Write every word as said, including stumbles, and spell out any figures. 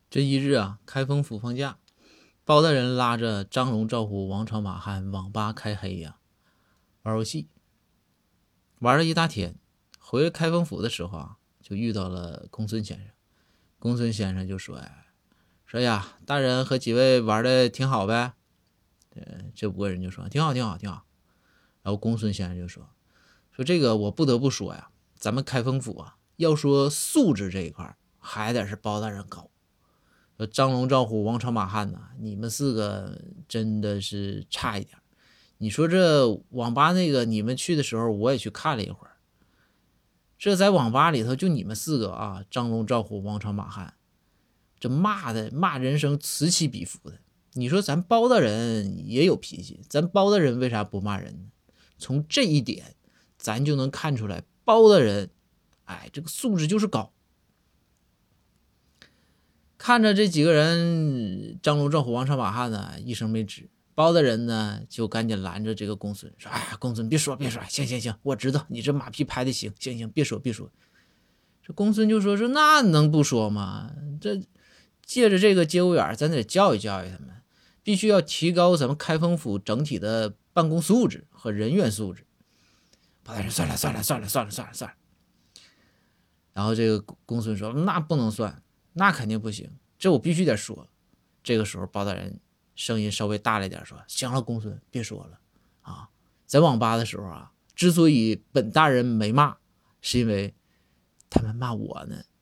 这一日啊，开封府放假，包大人拉着张龙、赵虎、王朝、马汉网吧开黑呀、玩游戏，玩了一大天。回开封府的时候啊，就遇到了公孙先生。公孙先生就说：“呀，说呀，大人和几位玩的挺好呗。”呃，这五个人就说：“挺好，挺好，挺好。”然后公孙先生就说：“说这个我不得不说呀，咱们开封府啊，要说素质这一块还得是包大人高。说张龙、赵虎、王朝、马汉呐、啊你们四个真的是差一点。你说这网吧那个，你们去的时候我也去看了一会儿，这在网吧里头就你们四个啊，张龙、赵虎、王朝、马汉，这骂的骂人声此起彼伏的。你说咱包大人也有脾气，咱包大人为啥不骂人呢？从这一点，咱就能看出来，包大人，哎，这个素质就是高。看着这几个人，张龙、赵虎、王朝、马汉呢，一声没吱。包大人呢，就赶紧拦着这个公孙说：“哎呀，公孙别说别说，行行行，我知道你这马屁拍的行，行行别说别说。”这公孙就说：“说那能不说吗？这借着这个节骨眼咱得教育教育他们，必须要提高咱们开封府整体的办公素质和人员素质。”包大人算了算了算了算了算了算了。然后这个公孙说：“那不能算，那肯定不行，这我必须得说。”这个时候包大人声音稍微大了一点，说：“行了，公孙别说了啊，在网吧的时候啊，之所以本大人没骂，是因为他们骂我呢。”